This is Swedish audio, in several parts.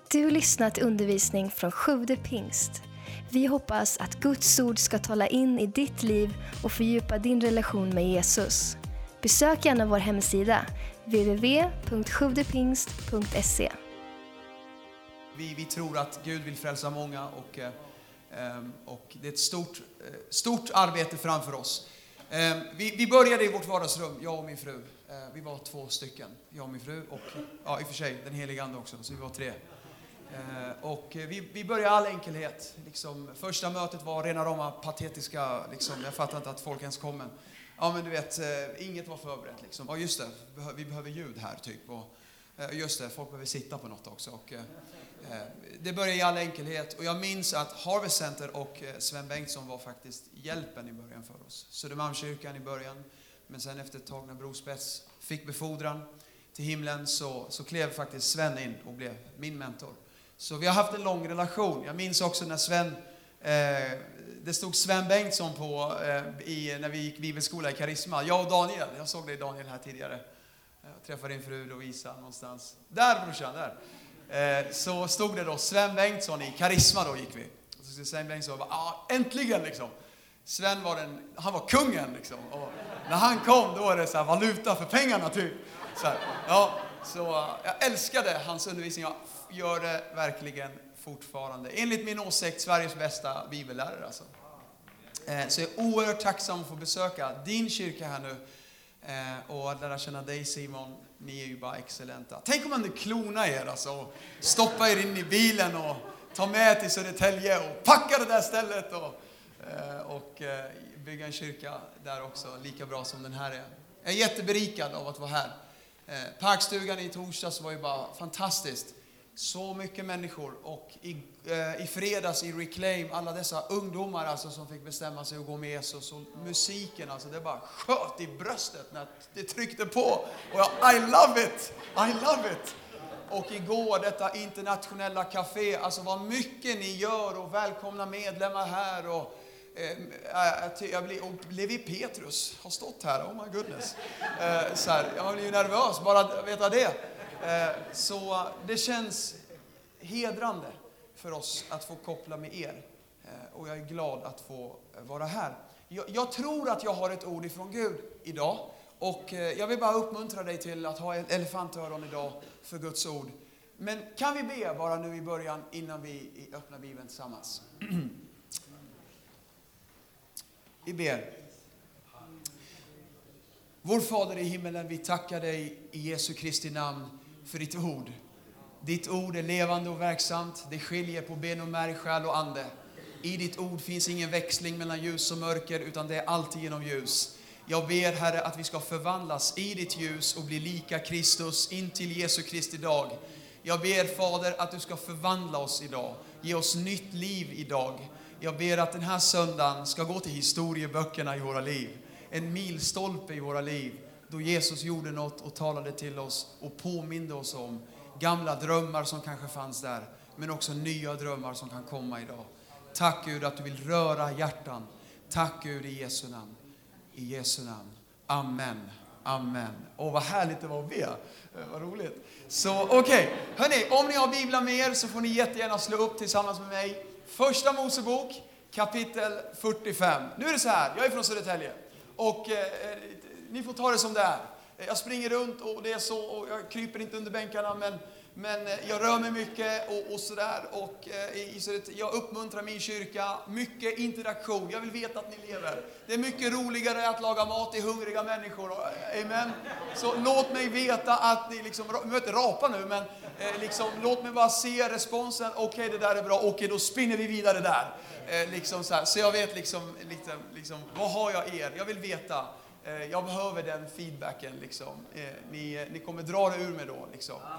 Du har lyssnat till undervisning från Sjude Pingst. Vi hoppas att Guds ord ska tala in i ditt liv och fördjupa din relation med Jesus. Besök gärna vår hemsida, www.sjuvdepingst.se. Vi tror att Gud vill frälsa många och det är ett stort arbete framför oss. Vi började i vårt vardagsrum, jag och min fru. Vi var 2 stycken, jag och min fru och i och för sig den heliga ande också, så vi var 3. Och vi började all enkelhet. Liksom, första mötet var rena rama patetiska. Liksom, jag fattar inte att folk ens kom. Men du vet, inget var förberett. Liksom. Ja, just det, vi behöver ljud här typ. Och, just det, folk behöver sitta på något också. Och, det började i all enkelhet. Och jag minns att Harvest Center och Sven Bengtsson var faktiskt hjälpen i början för oss. Södermalmskyrkan i början. Men sen efter ett tag när Brospets fick befordran till himlen så klev faktiskt Sven in och blev min mentor. Så vi har haft en lång relation. Jag minns också när Sven, det stod Sven Bengtsson på när vi gick bibelskola i Karisma. Jag och Daniel, jag såg dig Daniel här tidigare. Jag träffade din fru Lovisa någonstans. Där brorsan, där. Så stod det då Sven Bengtsson i Karisma, då gick vi. Och så Sven Bengtsson bara, äntligen liksom. Sven han var kungen liksom. Och när han kom då var det så här valuta för pengarna typ. Så jag älskade hans undervisning. Jag gör det verkligen fortfarande. Enligt min åsikt Sveriges bästa bibellärare alltså. Så jag är oerhört tacksam att få besöka din kyrka här nu. Och att lära känna dig Simon. Ni är ju bara excellenta. Tänk om man nu klonar er alltså. Och stoppa er in i bilen och ta med till Södertälje och packa det där stället. Och bygga en kyrka där också. Lika bra som den här är. Jag är jätteberikad av att vara här. Parkstugan i torsdags var ju bara fantastiskt. Så mycket människor. Och i fredags i Reclaim, alla dessa ungdomar alltså, som fick bestämma sig att gå med Jesus. Och musiken, alltså, det bara sköt i bröstet när det tryckte på. Och I love it! I love it! Och igår detta internationella café, alltså vad mycket ni gör och välkomna medlemmar här. Och Levi Petrus har stått här, oh my goodness. Jag blir ju nervös bara att veta det. Så det känns hedrande för oss att få koppla med er. Och jag är glad att få vara här. Jag tror att jag har ett ord ifrån Gud idag. Och jag vill bara uppmuntra dig till att ha elefantöron idag för Guds ord. Men kan vi be bara nu i början innan vi öppnar Bibeln tillsammans? Vi ber. Vår Fader i himmelen, vi tackar dig i Jesu Kristi namn för ditt ord. Ditt ord är levande och verksamt. Det skiljer på ben och märg, själ och ande. I ditt ord finns ingen växling mellan ljus och mörker, utan det är alltid genom ljus. Jag ber, Herre, att vi ska förvandlas i ditt ljus och bli lika Kristus in till Jesu Kristi dag. Jag ber, Fader, att du ska förvandla oss idag. Ge oss nytt liv idag. Jag ber att den här söndagen ska gå till historieböckerna i våra liv. En milstolpe i våra liv. Då Jesus gjorde något och talade till oss och påminde oss om gamla drömmar som kanske fanns där. Men också nya drömmar som kan komma idag. Tack Gud att du vill röra hjärtan. Tack Gud i Jesu namn. I Jesu namn. Amen. Amen. Vad härligt det var att be. Vad roligt. Så okej. Hörrni, om ni har biblar med er så får ni jättegärna slå upp tillsammans med mig. Första Mosebok, kapitel 45. Nu är det så här, jag är från Södertälje. Och ni får ta det som det är. Jag springer runt och det är så, och jag kryper inte under bänkarna, men jag rör mig mycket och sådär. Och jag uppmuntrar min kyrka, mycket interaktion. Jag vill veta att ni lever. Det är mycket roligare att laga mat till hungriga människor. Amen. Så låt mig veta att ni liksom, möter rapa nu, men låt mig bara se responsen. Okej, det där är bra. Okej, då spinner vi vidare där. Så jag vet vad har jag er? Jag vill veta. Jag behöver den feedbacken Ni kommer dra det ur mig då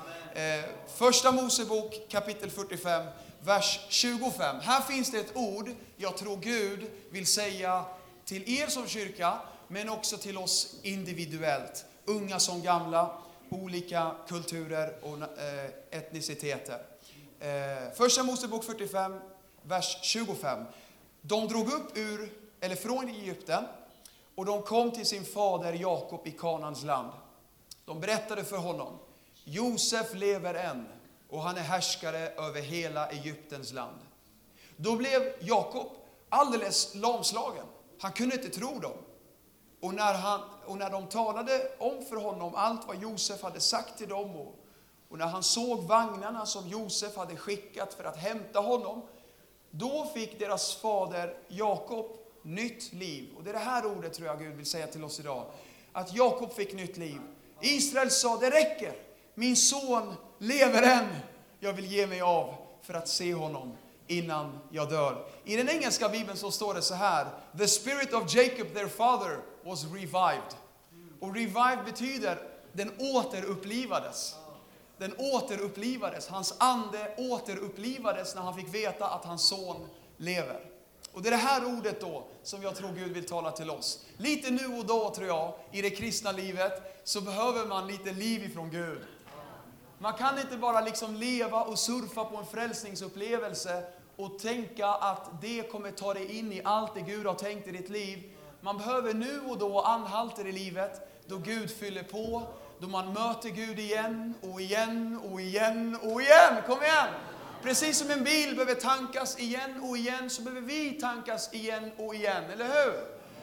Första Mosebok kapitel 45 vers 25. Här finns det ett ord jag tror Gud vill säga till er som kyrka, men också till oss individuellt, unga som gamla, olika kulturer och etniciteter. Första Mosebok 45 vers 25. De drog upp från Egypten. Och de kom till sin fader Jakob i Kanans land. De berättade för honom: Josef lever än. och han är härskare över hela Egyptens land. Då blev Jakob alldeles lamslagen. Han kunde inte tro dem. Och när de talade om för honom allt vad Josef hade sagt till dem och när han såg vagnarna som Josef hade skickat för att hämta honom, då fick deras fader Jakob nytt liv. Och det är det här ordet tror jag Gud vill säga till oss idag. Att Jakob fick nytt liv. Israel sa, det räcker. Min son lever än. Jag vill ge mig av för att se honom innan jag dör. I den engelska bibeln så står det så här. The spirit of Jacob, their father, was revived. Och revived betyder den återupplivades. Den återupplivades. Hans ande återupplivades när han fick veta att hans son lever. Och det är det här ordet då som jag tror Gud vill tala till oss. Lite nu och då tror jag i det kristna livet så behöver man lite liv ifrån Gud. Man kan inte bara liksom leva och surfa på en frälsningsupplevelse och tänka att det kommer ta dig in i allt det Gud har tänkt i ditt liv. Man behöver nu och då anhalter i livet då Gud fyller på. Då man möter Gud igen och igen och igen och igen. Kom igen! Precis som en bil behöver tankas igen och igen så behöver vi tankas igen och igen. Eller hur?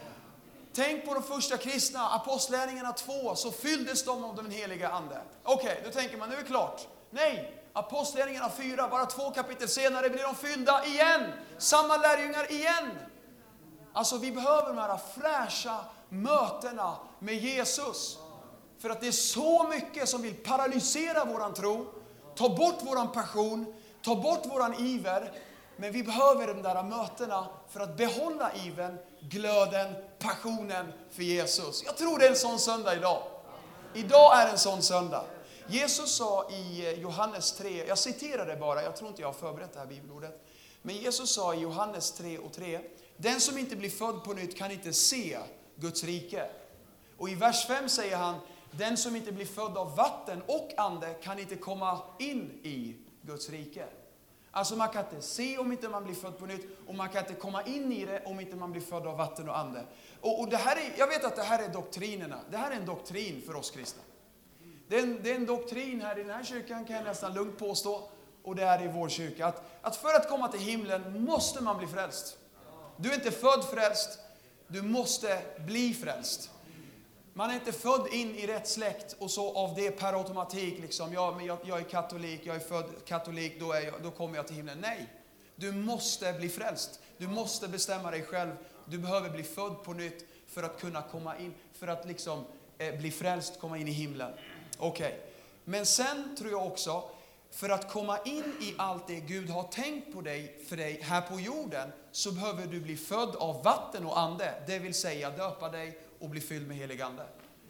Tänk på de första kristna, apostlärningarna 2, så fylldes de av den heliga ande. Okej, då tänker man, nu är det klart. Nej, apostlärningarna 4, bara 2 kapitel senare blir de fyllda igen. Samma lärjungar igen. Alltså vi behöver de här fräscha mötena med Jesus. För att det är så mycket som vill paralysera våran tro, ta bort våran passion, ta bort våran iver. Men vi behöver de där mötena för att behålla ivern, glöden, passionen för Jesus. Jag tror det är en sån söndag idag. Idag är en sån söndag. Jesus sa i Johannes 3, jag citerar det bara, jag tror inte jag har förberett det här bibelordet. Men Jesus sa i Johannes 3:3, den som inte blir född på nytt kan inte se Guds rike. Och i vers 5 säger han, den som inte blir född av vatten och ande kan inte komma in i Guds rike. Alltså man kan inte se om inte man blir född på nytt och man kan inte komma in i det om inte man blir född av vatten och ande. Och det här är, jag vet att det här är doktrinerna. Det här är en doktrin för oss kristna. Det är en doktrin här i den här kyrkan kan jag nästan lugnt påstå. Och det är i vår kyrka. Att för att komma till himlen måste man bli frälst. Du är inte född frälst. Du måste bli frälst. Man är inte född in i rätt släkt och så av det per automatik liksom, jag är katolik, jag är född katolik, då kommer jag till himlen. Nej, du måste bli frälst. Du måste bestämma dig själv. Du behöver bli född på nytt för att kunna komma in, för att liksom bli frälst, komma in i himlen. Okej. Men sen tror jag också, för att komma in i allt det Gud har tänkt på dig, för dig här på jorden, så behöver du bli född av vatten och ande. Det vill säga döpa dig och bli fylld med helig ande.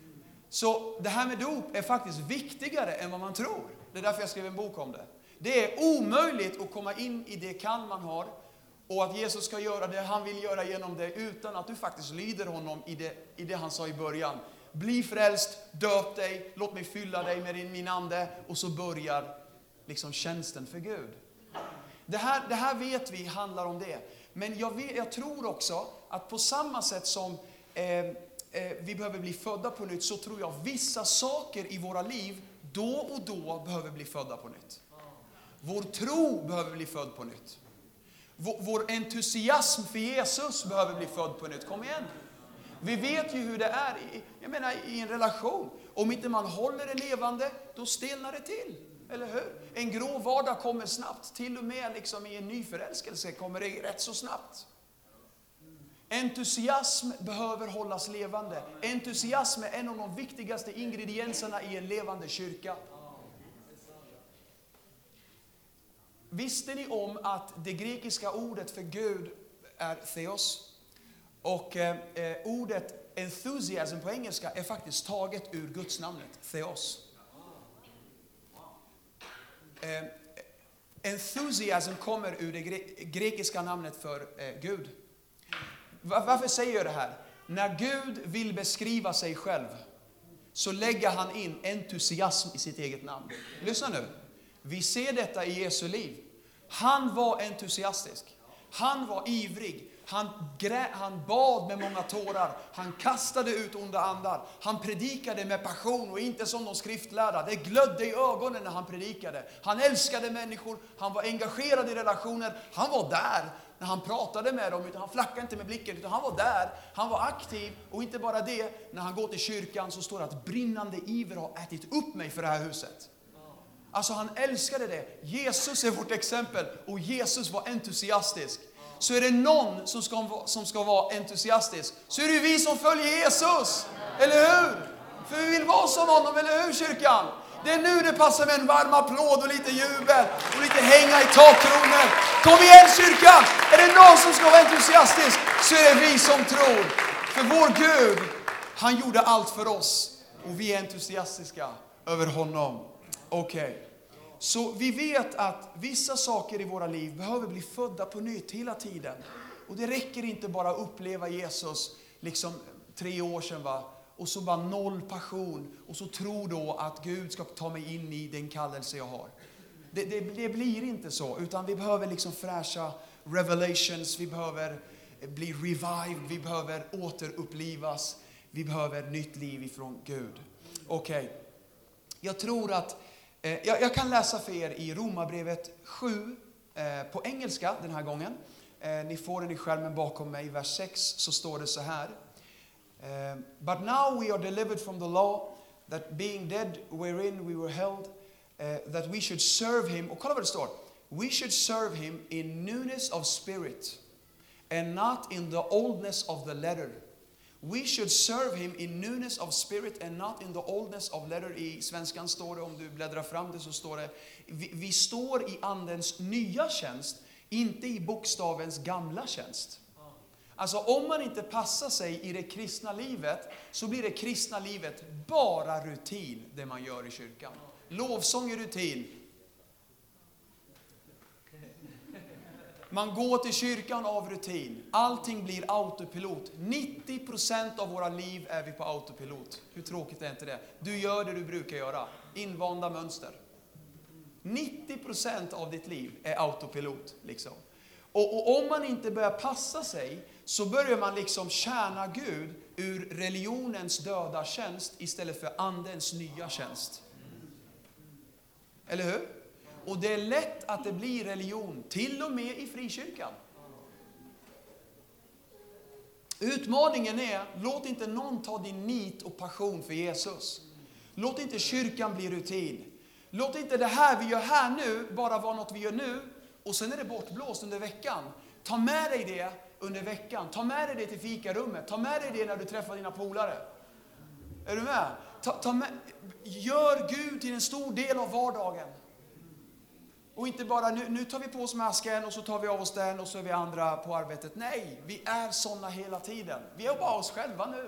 Så det här med dop är faktiskt viktigare än vad man tror. Det är därför jag skrev en bok om det. Det är omöjligt att komma in i det kall man har och att Jesus ska göra det han vill göra genom det utan att du faktiskt lyder honom i det han sa i början. Bli frälst, döp dig, låt mig fylla dig med min ande och så börjar liksom tjänsten för Gud. Det här vet vi handlar om det. Men jag tror också att på samma sätt som vi behöver bli födda på nytt, så tror jag vissa saker i våra liv då och då behöver bli födda på nytt. Vår tro behöver bli född på nytt. Vår entusiasm för Jesus behöver bli född på nytt. Kom igen. Vi vet ju hur det är i en relation. Om inte man håller det levande, då stelnar det till. Eller hur? En grå vardag kommer snabbt. Till och med liksom i en ny förälskelse kommer det rätt så snabbt. Entusiasm behöver hållas levande. Entusiasm är en av de viktigaste ingredienserna i en levande kyrka. Visste ni om att det grekiska ordet för Gud är theos? Och ordet enthusiasm på engelska är faktiskt taget ur Guds namnet, theos. Enthusiasm kommer ur det grekiska namnet för Gud. Varför säger jag det här? När Gud vill beskriva sig själv så lägger han in entusiasm i sitt eget namn. Lyssna nu. Vi ser detta i Jesu liv. Han var entusiastisk. Han var ivrig. Han bad med många tårar. Han kastade ut onda andar. Han predikade med passion och inte som de skriftlärda. Det glödde i ögonen när han predikade. Han älskade människor. Han var engagerad i relationer. Han var där när han pratade med dem. Utan han flackade inte med blicken, utan han var där. Han var aktiv. Och inte bara det, när han går till kyrkan så står det att brinnande iver har ätit upp mig för det här huset. Alltså han älskade det. Jesus är vårt exempel. Och Jesus var entusiastisk. Så är det någon som ska vara entusiastisk, så är det vi som följer Jesus. Eller hur? För vi vill vara som honom, eller hur kyrkan? Det är nu det passar med en varm applåd och lite jubel. Och lite hänga i takkronor. Kom igen kyrkan! Är det någon som ska vara entusiastisk, så är det vi som tror. För vår Gud, han gjorde allt för oss. Och vi är entusiastiska över honom. Okej. Så vi vet att vissa saker i våra liv behöver bli födda på nytt hela tiden. Och det räcker inte bara att uppleva Jesus liksom 3 år sedan, va? Och så bara noll passion. Och så tro då att Gud ska ta mig in i den kallelse jag har. Det blir inte så. Utan vi behöver liksom fräscha revelations. Vi behöver bli revived. Vi behöver återupplivas. Vi behöver nytt liv ifrån Gud. Okej. Jag tror att jag kan läsa för er i Romarbrevet 7 på engelska den här gången. Ni får den i skärmen bakom mig. I vers 6 så står det så här. But now we are delivered from the law, that being dead wherein we were held, that we should serve him. Och kolla vad det står. We should serve him in newness of spirit and not in the oldness of the letter. We should serve him in newness of spirit and not in the oldness of letter. I svenskan står det, om du bläddrar fram det så står det, vi står i andens nya tjänst, inte i bokstavens gamla tjänst. Alltså om man inte passar sig i det kristna livet, så blir det kristna livet bara rutin, det man gör i kyrkan. Lovsång är rutin. Man går till kyrkan av rutin. Allting blir autopilot. 90% av våra liv är vi på autopilot. Hur tråkigt är inte det? Du gör det du brukar göra. Invanda mönster. 90% av ditt liv är autopilot. Liksom. Och om man inte börjar passa sig, så börjar man liksom tjäna Gud ur religionens döda tjänst istället för andens nya tjänst. Eller hur? Och det är lätt att det blir religion, till och med i frikyrkan. Utmaningen är, låt inte någon ta din nit och passion för Jesus. Låt inte kyrkan bli rutin. Låt inte det här vi gör här nu bara vara något vi gör nu och sen är det bortblåst under veckan. Ta med dig det under veckan. Ta med dig det till fikarummet. Ta med dig det när du träffar dina polare. Är du med? Gör Gud till en stor del av vardagen. Och inte bara nu tar vi på oss masken och så tar vi av oss den och så är vi andra på arbetet. Nej, vi är såna hela tiden. Vi är bara oss själva nu.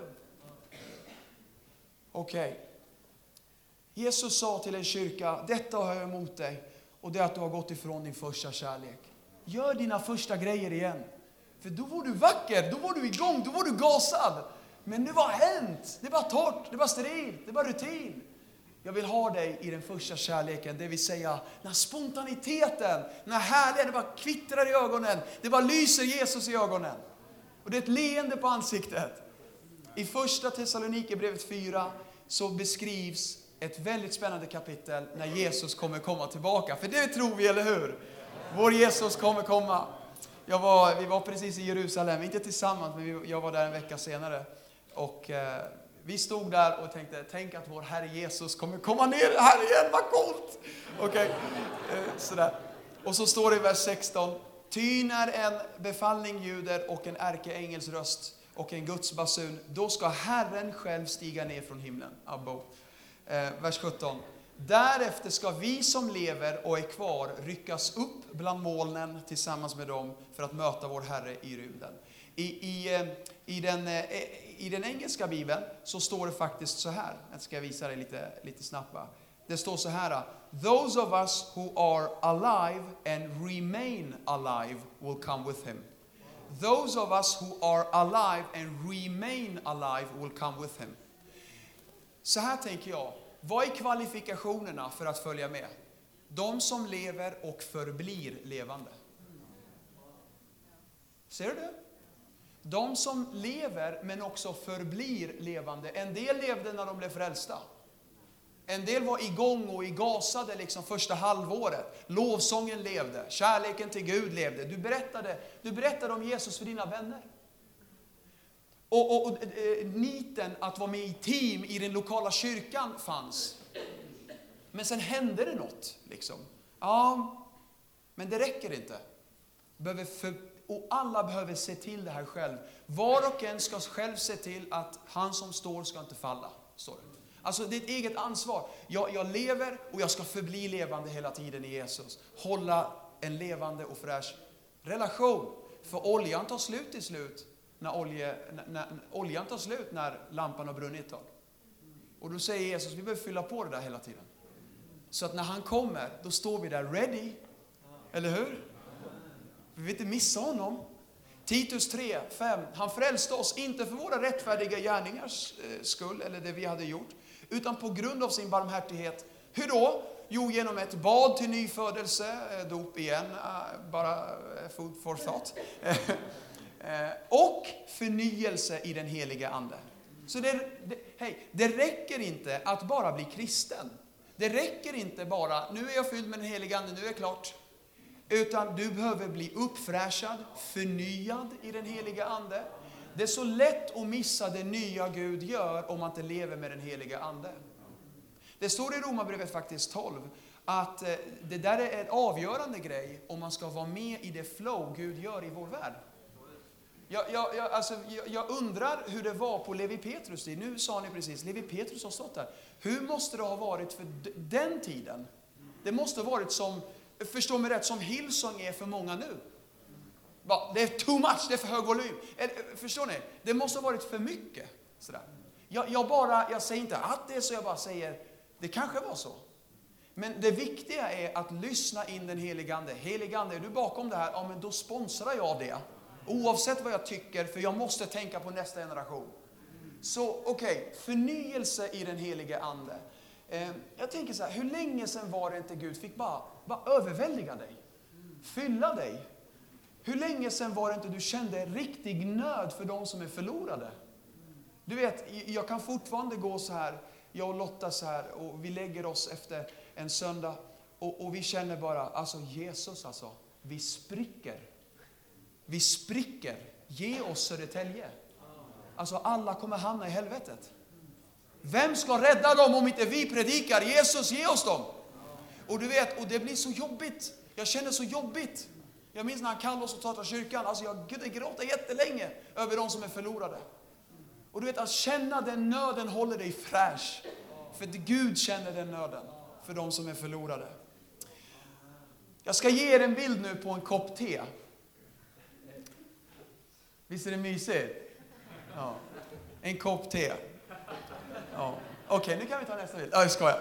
Okej. Jesus sa till en kyrka, detta har jag emot dig. Och det är att du har gått ifrån din första kärlek. Gör dina första grejer igen. För då var du vacker, då var du igång, då var du gasad. Men nu var hänt. Det var torrt, det var sterilt, det var rutin. Jag vill ha dig i den första kärleken. Det vill säga, när spontaniteten, när härliga, det bara kvittrar i ögonen. Det bara lyser Jesus i ögonen. Och det är ett leende på ansiktet. I första Thessalonikerbrevet 4 så beskrivs ett väldigt spännande kapitel när Jesus kommer komma tillbaka. För det tror vi, eller hur? Vår Jesus kommer komma. Vi var precis i Jerusalem, inte tillsammans, men jag var där en vecka senare. Och vi stod där och tänkte, tänk att vår Herre Jesus kommer komma ner här igen, vad coolt! Okej, sådär. Och så står det i vers 16, ty när en befallning ljuder och en ärkeängels röst och en Guds basun, då ska Herren själv stiga ner från himlen. Abbo. Vers 17. Därefter ska vi som lever och är kvar ryckas upp bland molnen tillsammans med dem för att möta vår Herre i rymden. I den engelska bibeln så står det faktiskt så här. Jag ska visa dig lite snabbt. Det står så här. Those of us who are alive and remain alive will come with him. Those of us who are alive and remain alive will come with him. Så här tänker jag. Vad är kvalifikationerna för att följa med? De som lever och förblir levande. Ser du det? De som lever men också förblir levande. En del levde när de blev frälsta. En del var igång och igasade liksom första halvåret. Lovsången levde. Kärleken till Gud levde. Du berättade om Jesus för dina vänner. Och niten att vara med i team i den lokala kyrkan fanns. Men sen hände det något. Liksom. Ja, men det räcker inte. Och alla behöver se till det här själv. Var och en ska själv se till att han som står ska inte falla. Står det. Alltså det är ett eget ansvar. Jag lever och jag ska förbli levande hela tiden i Jesus. Hålla en levande och fräsch relation. För oljan tar slut till slut. Oljan tar slut när lampan har brunnit. Och då säger Jesus, vi behöver fylla på det där hela tiden. Så att när han kommer, då står vi där ready. Eller hur? Vi vill inte missa honom. Titus 3:5. Han frälste oss inte för våra rättfärdiga gärningars skull, eller det vi hade gjort, utan på grund av sin barmhärtighet. Hur då? Jo, genom ett bad till nyfödelse, dop igen, bara food for thought. Och förnyelse i den heliga ande. Så det räcker inte att bara bli kristen. Det räcker inte bara, nu är jag fylld med den heliga ande, nu är jag klart. Utan du behöver bli uppfräschad, förnyad i den heliga ande. Det är så lätt att missa det nya Gud gör om man inte lever med den heliga ande. Det står i Romarbrevet faktiskt 12 att det där är en avgörande grej om man ska vara med i det flow Gud gör i vår värld. Jag undrar hur det var på Levi Petrus tid. Nu sa ni precis, Levi Petrus har stått där. Hur måste det ha varit för den tiden? Det måste ha varit som, förstå mig rätt, som Hillsong är för många nu. Det är too much, det är för hög volym. Förstår ni? Det måste ha varit för mycket. Sådär. Jag säger inte att det är så, jag bara säger, det kanske var så. Men det viktiga är att lyssna in den heliga ande. Heliga ande, är du bakom det här? Ja, men då sponsrar jag det. Oavsett vad jag tycker, för jag måste tänka på nästa generation. Så okej, förnyelse i den heliga ande. Jag tänker så här, hur länge sedan var det inte Gud fick bara överväldiga dig? Fylla dig? Hur länge sedan var det inte du kände riktig nöd för de som är förlorade? Du vet, jag kan fortfarande gå så här, jag och Lotta så här, och vi lägger oss efter en söndag och vi känner bara, alltså Jesus alltså, vi spricker. Vi spricker. Ge oss Södertälje. Alltså alla kommer hamna i helvetet. Vem ska rädda dem om inte vi predikar? Jesus, ge oss dem. Och du vet, och det blir så jobbigt. Jag känner så jobbigt. Jag minns när han kallade oss och tog till kyrkan. Alltså jag gråter jättelänge över de som är förlorade. Och du vet, att känna den nöden håller dig fräsch. För att Gud känner den nöden för de som är förlorade. Jag ska ge er en bild nu på en kopp te. Visst är det mysigt? Ja. En kopp te. Ja. Okej, nu kan vi ta nästa bild. Jag skojar.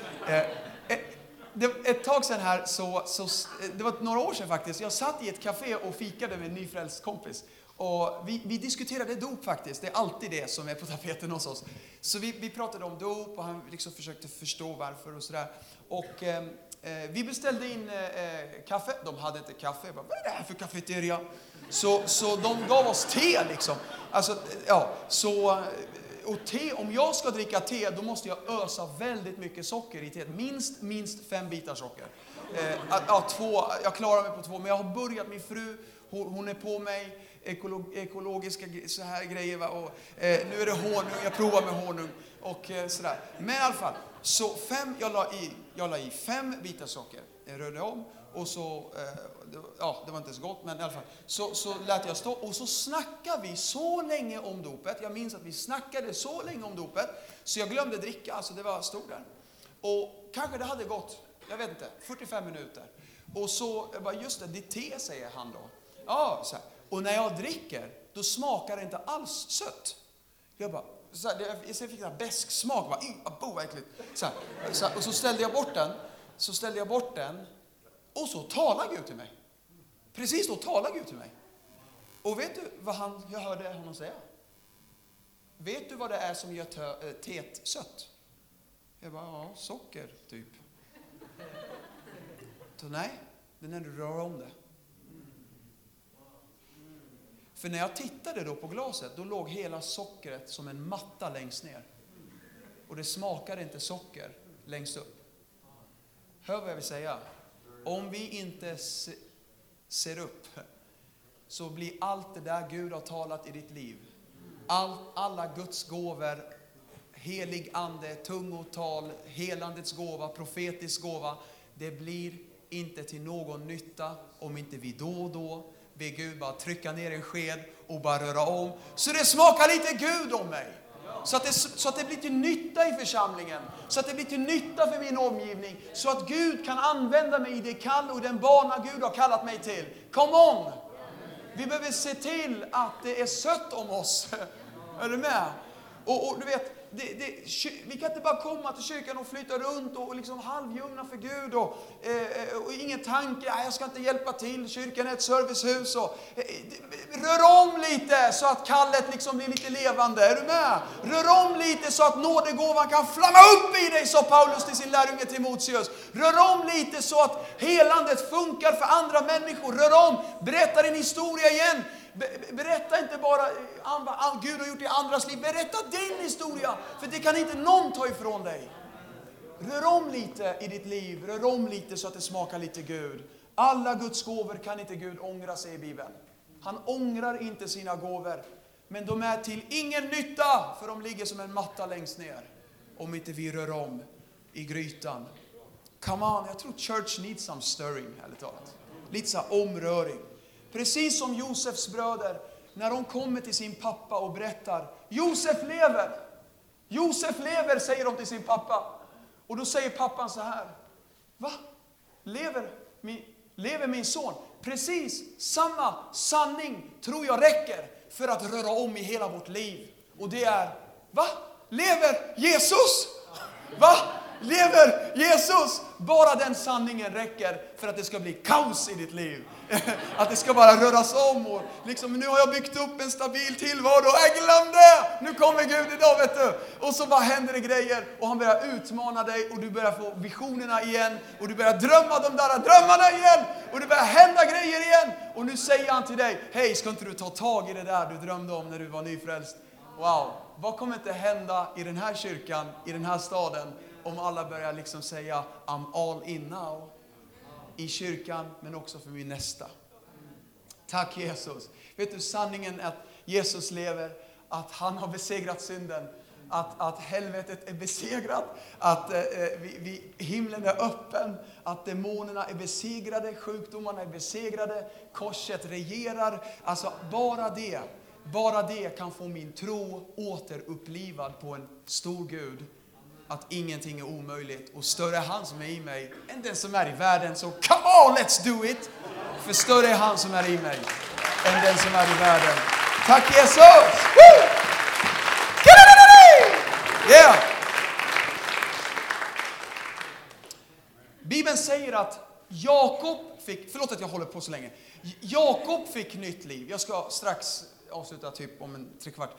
Ett tag sedan här, det var några år sedan faktiskt. Jag satt i ett café och fikade med en nyfrälst kompis. Och vi diskuterade dop faktiskt. Det är alltid det som är på tapeten hos oss. Så vi pratade om dop och han liksom försökte förstå varför och sådär. Och vi beställde in kaffe. De hade inte kaffe. Jag bara, vad är det här för kafeteria? Så de gav oss te liksom. Alltså, ja, så... Och te, om jag ska dricka te, då måste jag ösa väldigt mycket socker i teet. Minst 5 bitar socker. Jag klarar mig på 2, men jag har börjat, min fru, hon är på mig, ekologiska så här grejer. Va? Och, nu är det honung, jag provar med honung och sådär. Men i alla fall, så jag la i 5 bitar socker. Jag rörde om och så, det var inte så gott, men i alla fall. Så lät jag stå och så snackade vi så länge om dopet. Jag minns att vi snackade så länge om dopet så jag glömde dricka, alltså det var stod där. Och kanske det hade gått, jag vet inte, 45 minuter. Och så, jag bara, just det, ditt te, säger han då. Ja, så här. Och när jag dricker, då smakar det inte alls sött. Jag bara, så här, jag fick en besk smak, vad äckligt. Så här, och så ställde jag bort den. Och så talar Gud till mig. Precis då talar Gud till mig. Och vet du vad jag hörde honom säga? Vet du vad det är som gör teet sött? Jag bara, ja, socker typ. Så nej, det är när du rör om det. För när jag tittade då på glaset, då låg hela sockret som en matta längst ner. Och det smakade inte socker längst upp. Hör vad jag vill säga. Om vi inte ser upp, så blir allt det där Gud har talat i ditt liv, alla Guds gåvor, helig ande, tungotal, helandets gåva, profetisk gåva, det blir inte till någon nytta om inte vi då och då ber Gud bara trycka ner en sked och bara röra om. Så det smakar lite Gud om mig. Så att det blir till nytta i församlingen. Så att det blir till nytta för min omgivning. Så att Gud kan använda mig i det kall och den bana Gud har kallat mig till. Come on! Vi behöver se till att det är sött om oss. Är du med? Och du vet, vi kan inte bara komma till kyrkan och flytta runt och liksom halvljumna för Gud och ingen tanke, jag ska inte hjälpa till, kyrkan är ett servicehus. Rör om lite så att kallet liksom blir lite levande, är du med? Rör om lite så att nådegåvan kan flamma upp i dig, sa Paulus till sin lärjunge Timoteus. Rör om lite så att helandet funkar för andra människor. Rör om, berätta din historia igen. Berätta inte bara vad Gud har gjort i andras liv. Berätta din historia. För det kan inte någon ta ifrån dig. Rör om lite i ditt liv. Rör om lite så att det smakar lite Gud. Alla Guds gåvor kan inte Gud ångra sig i Bibeln. Han ångrar inte sina gåvor. Men de är till ingen nytta. För de ligger som en matta längst ner. Om inte vi rör om i grytan. Come on, jag tror church needs some stirring. Ärligt talat. Lite så här omröring. Precis som Josefs bröder, när de kommer till sin pappa och berättar, Josef lever! Josef lever, säger de till sin pappa. Och då säger pappan så här, va? Lever min son? Precis samma sanning tror jag räcker för att röra om i hela vårt liv. Och det är, va? Lever Jesus? Va? Lever Jesus? Bara den sanningen räcker för att det ska bli kaos i ditt liv. Att det ska bara röras om. Och liksom, nu har jag byggt upp en stabil tillvaro. Jag glömde! Nu kommer Gud idag, vet du. Och så bara händer det grejer. Och han börjar utmana dig. Och du börjar få visionerna igen. Och du börjar drömma de där drömmarna igen. Och det börjar hända grejer igen. Och nu säger han till dig, hej, ska inte du ta tag i det där du drömde om när du var nyfrälst? Wow, vad kommer inte hända i den här kyrkan, i den här staden, om alla börjar liksom säga, I'm all in now. I kyrkan, men också för min nästa. Tack Jesus. Vet du, sanningen att Jesus lever, att han har besegrat synden, att helvetet är besegrat, att himlen är öppen, att demonerna är besegrade, sjukdomarna är besegrade, korset regerar. Alltså bara det kan få min tro återupplivad på en stor Gud. Att ingenting är omöjligt. Och större är han som är i mig än den som är i världen. Så come on, let's do it. För större är han som är i mig än den som är i världen. Tack Jesus! Woo! Yeah! Bibeln säger att Jakob fick, förlåt att jag håller på så länge. Jakob fick nytt liv. Jag ska strax avsluta typ om en trekvart.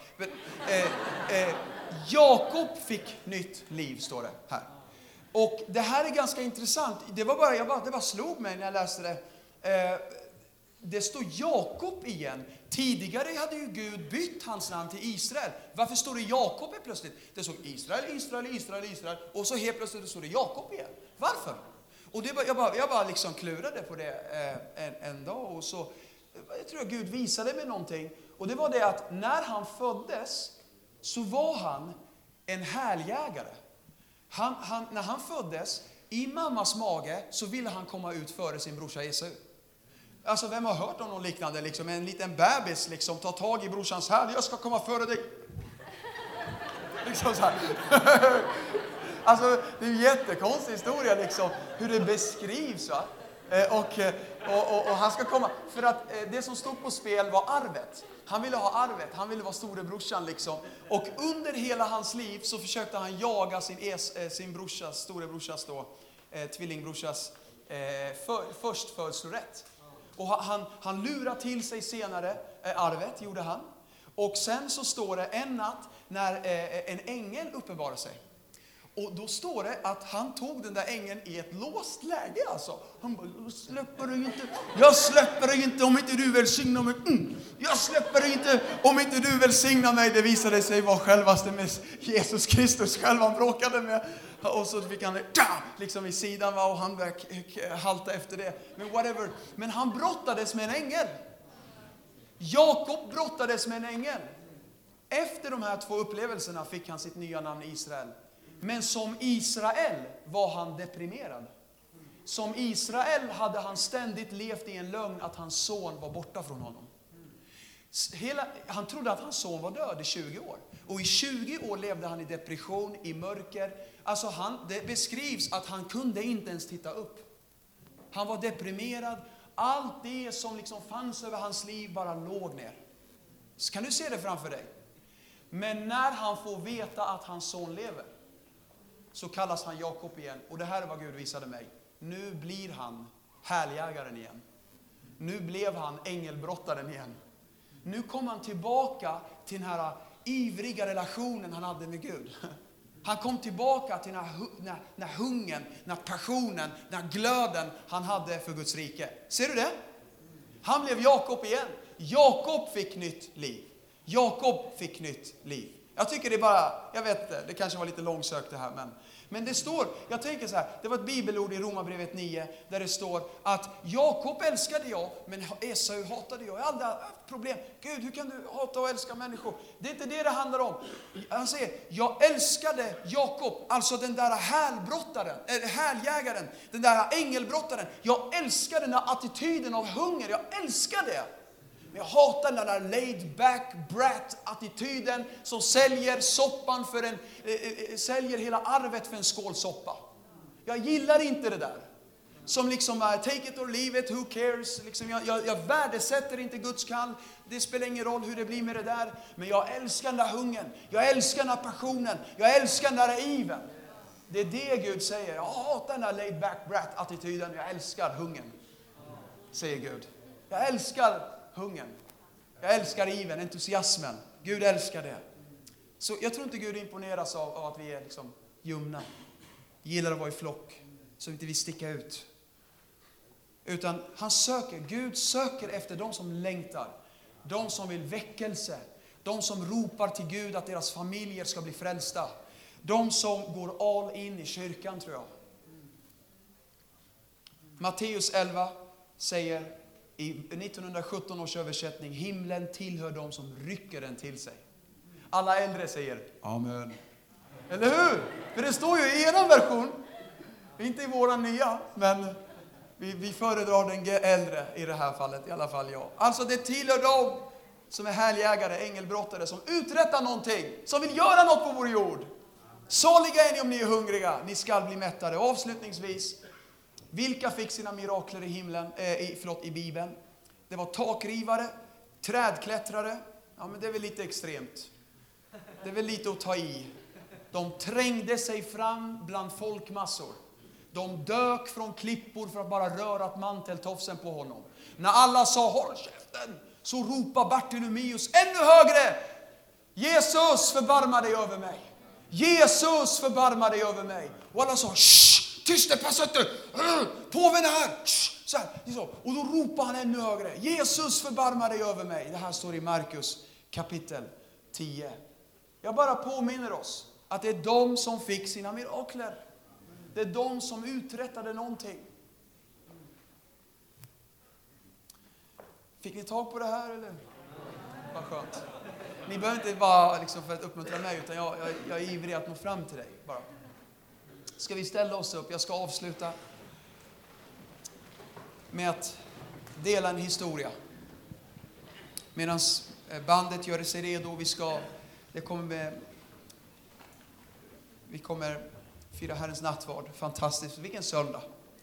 Jakob fick nytt liv, står det här. Och det här är ganska intressant. Det bara slog mig när jag läste det. Det står Jakob igen. Tidigare hade ju Gud bytt hans namn till Israel. Varför står det Jakob plötsligt? Det stod Israel. Och så helt plötsligt står det Jakob igen. Varför? Och jag bara liksom klurade på det en dag. Och så, jag tror att Gud visade mig någonting. Och det var det att när han föddes så var han en häljägare. När han föddes i mammas mage så ville han komma ut före sin brorsa Esau. Alltså vem har hört om någon liknande? Liksom, en liten bebis liksom, tar tag i brorsans häl. Jag ska komma före dig. Liksom så här. Alltså det är en jättekonstig historia liksom, hur det beskrivs. Va? Och han ska komma. För att det som stod på spel var arvet. Han ville ha arvet. Han ville vara storebrorsan liksom. Och under hela hans liv så försökte han jaga sin brorsas, storebrorsas då, tvillingbrorsas förstfödslorätt. Och han lurade till sig senare arvet, gjorde han. Och sen så står det en natt när en ängel uppenbarar sig. Och då står det att han tog den där ängeln i ett låst läge alltså. Han bara, jag släpper dig inte om inte du välsignar mig. Jag släpper dig inte om inte du välsignar mig. Det visade sig vara självaste med Jesus Kristus själv han bråkade med. Och så fick han liksom i sidan och han började halta efter det. Men whatever. Men han brottades med en ängel. Jakob brottades med en ängel. Efter de här 2 upplevelserna fick han sitt nya namn Israel. Men som Israel var han deprimerad. Som Israel hade han ständigt levt i en lögn att hans son var borta från honom. Han trodde att hans son var död i 20 år. Och i 20 år levde han i depression, i mörker. Alltså det beskrivs att han kunde inte ens titta upp. Han var deprimerad. Allt det som liksom fanns över hans liv bara låg ner. Så kan du se det framför dig? Men när han får veta att hans son lever, så kallas han Jakob igen. Och det här är vad Gud visade mig. Nu blir han härjägaren igen. Nu blev han ängelbrottaren igen. Nu kom han tillbaka till den här ivriga relationen han hade med Gud. Han kom tillbaka till den här hungern, den här passionen, den här glöden han hade för Guds rike. Ser du det? Han blev Jakob igen. Jakob fick nytt liv. Jakob fick nytt liv. Jag tycker det är bara, jag vet inte, det kanske var lite långsökt det här, men det står, jag tänker så här, det var ett bibelord i Romarbrevet 9 där det står att Jakob älskade jag, men Esau hatade jag. Jag har aldrig haft problem. Gud, hur kan du hata och älska människor? Det är inte det handlar om. Han säger, jag älskade Jakob, alltså den där härjägaren, den där ängelbrottaren. Jag älskade den där attityden av hunger, jag älskade det. Men jag hatar den där laid back brat attityden som säljer soppan säljer hela arvet för en skål soppa. Jag gillar inte det där. Som liksom take it or leave it, who cares? Liksom jag värdesätter inte Guds kall. Det spelar ingen roll hur det blir med det där. Men jag älskar den där hungern. Jag älskar den där passionen. Jag älskar den där iven. Det är det Gud säger. Jag hatar den där laid back brat attityden. Jag älskar hungern. Säger Gud. Jag älskar hungern. Jag älskar iven, entusiasmen. Gud älskar det. Så jag tror inte Gud imponeras av att vi är liksom ljumna. Gillar att vara i flock. Så inte vi sticker ut. Utan Gud söker efter de som längtar. De som vill väckelse. De som ropar till Gud att deras familjer ska bli frälsta. De som går all in i kyrkan, tror jag. Matteus 11 säger i 1917 års översättning, himlen tillhör de som rycker den till sig. Alla äldre säger amen. Eller hur? För det står ju i er version. Inte i våran nya, men vi föredrar den äldre i det här fallet, i alla fall jag. Alltså det tillhör de som är härjägare, ängelbrottare, som uträttar någonting, som vill göra något på vår jord. Saliga är ni om ni är hungriga, ni ska bli mättade. Och avslutningsvis, vilka fick sina mirakler i Bibeln? Det var takrivare, trädklättrare. Ja, men det är väl lite extremt. Det är väl lite att ta i. De trängde sig fram bland folkmassor. De dök från klippor för att bara röra manteltofsen på honom. När alla sa håll käften, så ropade Bartolomeus ännu högre. Jesus, förbarma dig över mig. Jesus, förbarma dig över mig. Och alla sa tyst, passa inte. Påven är här. Så här. Och då ropar han ännu högre. Jesus, förbarma dig över mig. Det här står i Markus kapitel 10. Jag bara påminner oss att det är de som fick sina mirakler. Det är de som uträttade någonting. Fick ni tag på det här eller? Vad skönt. Ni behöver inte vara liksom för att uppmuntra mig, utan jag är ivrig att nå fram till dig. Bara. Ska vi ställa oss upp? Jag ska avsluta med att dela en historia. Medan bandet gör sig redo, vi kommer fira Herrens nattvard. Fantastiskt. Vilken söndag.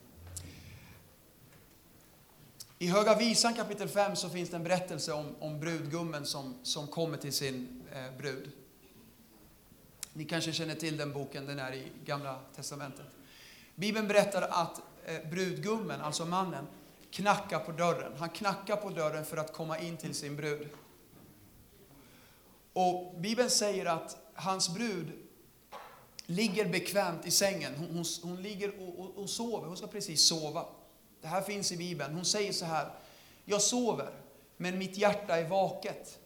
I Höga visan kapitel 5 så finns det en berättelse om brudgummen som kommer till sin brud. Ni kanske känner till den boken, den är i Gamla testamentet. Bibeln berättar att brudgummen, alltså mannen, knackar på dörren. Han knackar på dörren för att komma in till sin brud. Och Bibeln säger att hans brud ligger bekvämt i sängen. Hon ligger och sover. Hon ska precis sova. Det här finns i Bibeln. Hon säger så här: jag sover, men mitt hjärta är vaket.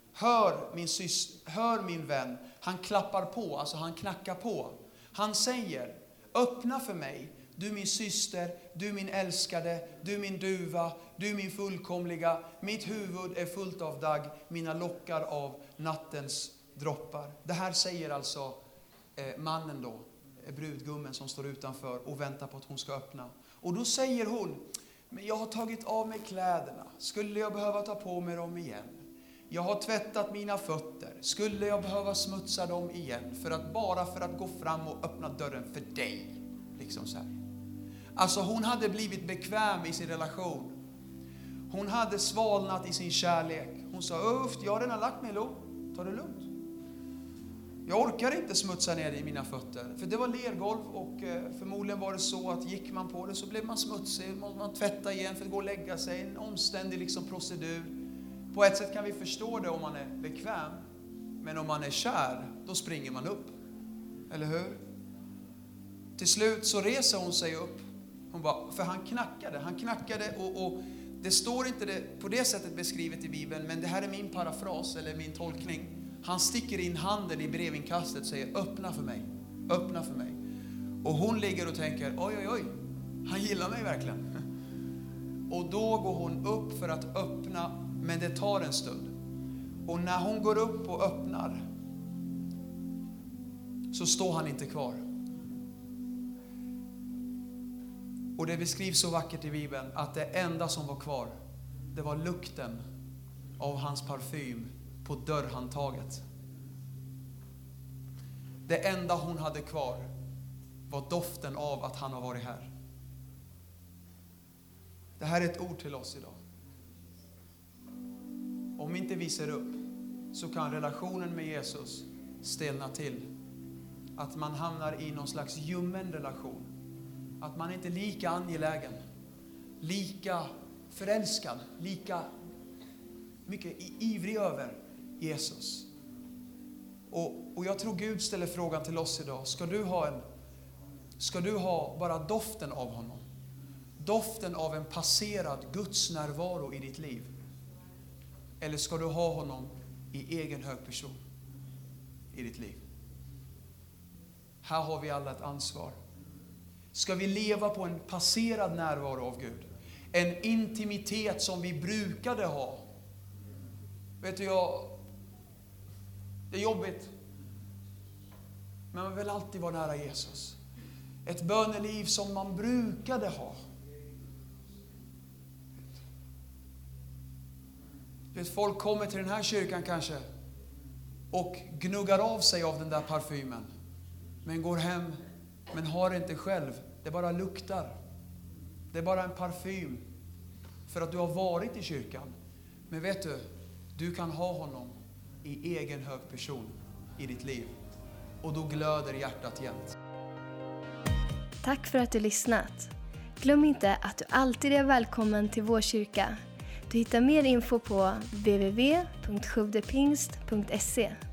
Hör min vän. Han klappar på, alltså han knackar på. Han säger: öppna för mig, du min syster, du min älskade, du min duva, du min fullkomliga. Mitt huvud är fullt av dagg, mina lockar av nattens droppar. Det här säger alltså mannen då, brudgummen som står utanför och väntar på att hon ska öppna. Och då säger hon: men jag har tagit av mig kläderna, skulle jag behöva ta på mig dem igen? Jag har tvättat mina fötter, skulle jag behöva smutsa dem igen för att gå fram och öppna dörren för dig? Liksom så här. Alltså hon hade blivit bekväm i sin relation. Hon hade svalnat i sin kärlek. Hon sa: jag har redan lagt mig, ta det lugnt. Jag orkar inte smutsa ner i mina fötter. För det var lergolv och förmodligen var det så att gick man på det så blev man smutsig. Man tvätta igen för att gå och lägga sig. En omständig procedur. På ett sätt kan vi förstå det om man är bekväm. Men om man är kär, då springer man upp. Eller hur? Till slut så reser hon sig upp. För han knackade och det står inte det på det sättet beskrivet i Bibeln. Men det här är min parafras eller min tolkning. Han sticker in handen i brevinkastet och säger: öppna för mig, öppna för mig. Och hon ligger och tänker: oj, han gillar mig verkligen. Och då går hon upp för att öppna, men det tar en stund. Och när hon går upp och öppnar så står han inte kvar. Och det beskrivs så vackert i Bibeln att det enda som var kvar, det var lukten av hans parfym på dörrhandtaget. Det enda hon hade kvar var doften av att han har varit här. Det här är ett ord till oss idag. Om inte vi ser upp så kan relationen med Jesus stelna till. Att man hamnar i någon slags ljummen relation. Att man inte är lika angelägen, lika förälskad, lika mycket ivrig över Jesus. Och jag tror Gud ställer frågan till oss idag: ska du ha bara doften av honom? Doften av en passerad Guds närvaro i ditt liv? Eller ska du ha honom i egen hög person i ditt liv? Här har vi alla ett ansvar. Ska vi leva på en passerad närvaro av Gud? En intimitet som vi brukade ha. Vet du, det är jobbigt. Men man vill alltid vara nära Jesus. Ett böneliv som man brukade ha. Vet, folk kommer till den här kyrkan kanske och gnuggar av sig av den där parfymen. Men går hem, men har inte själv. Det bara luktar. Det är bara en parfym. För att du har varit i kyrkan. Men vet du, du kan ha honom i egen hög person i ditt liv. Och då glöder hjärtat jämt. Tack för att du lyssnat. Glöm inte att du alltid är välkommen till vår kyrka. Du hittar mer info på www.sjuvdepingst.se.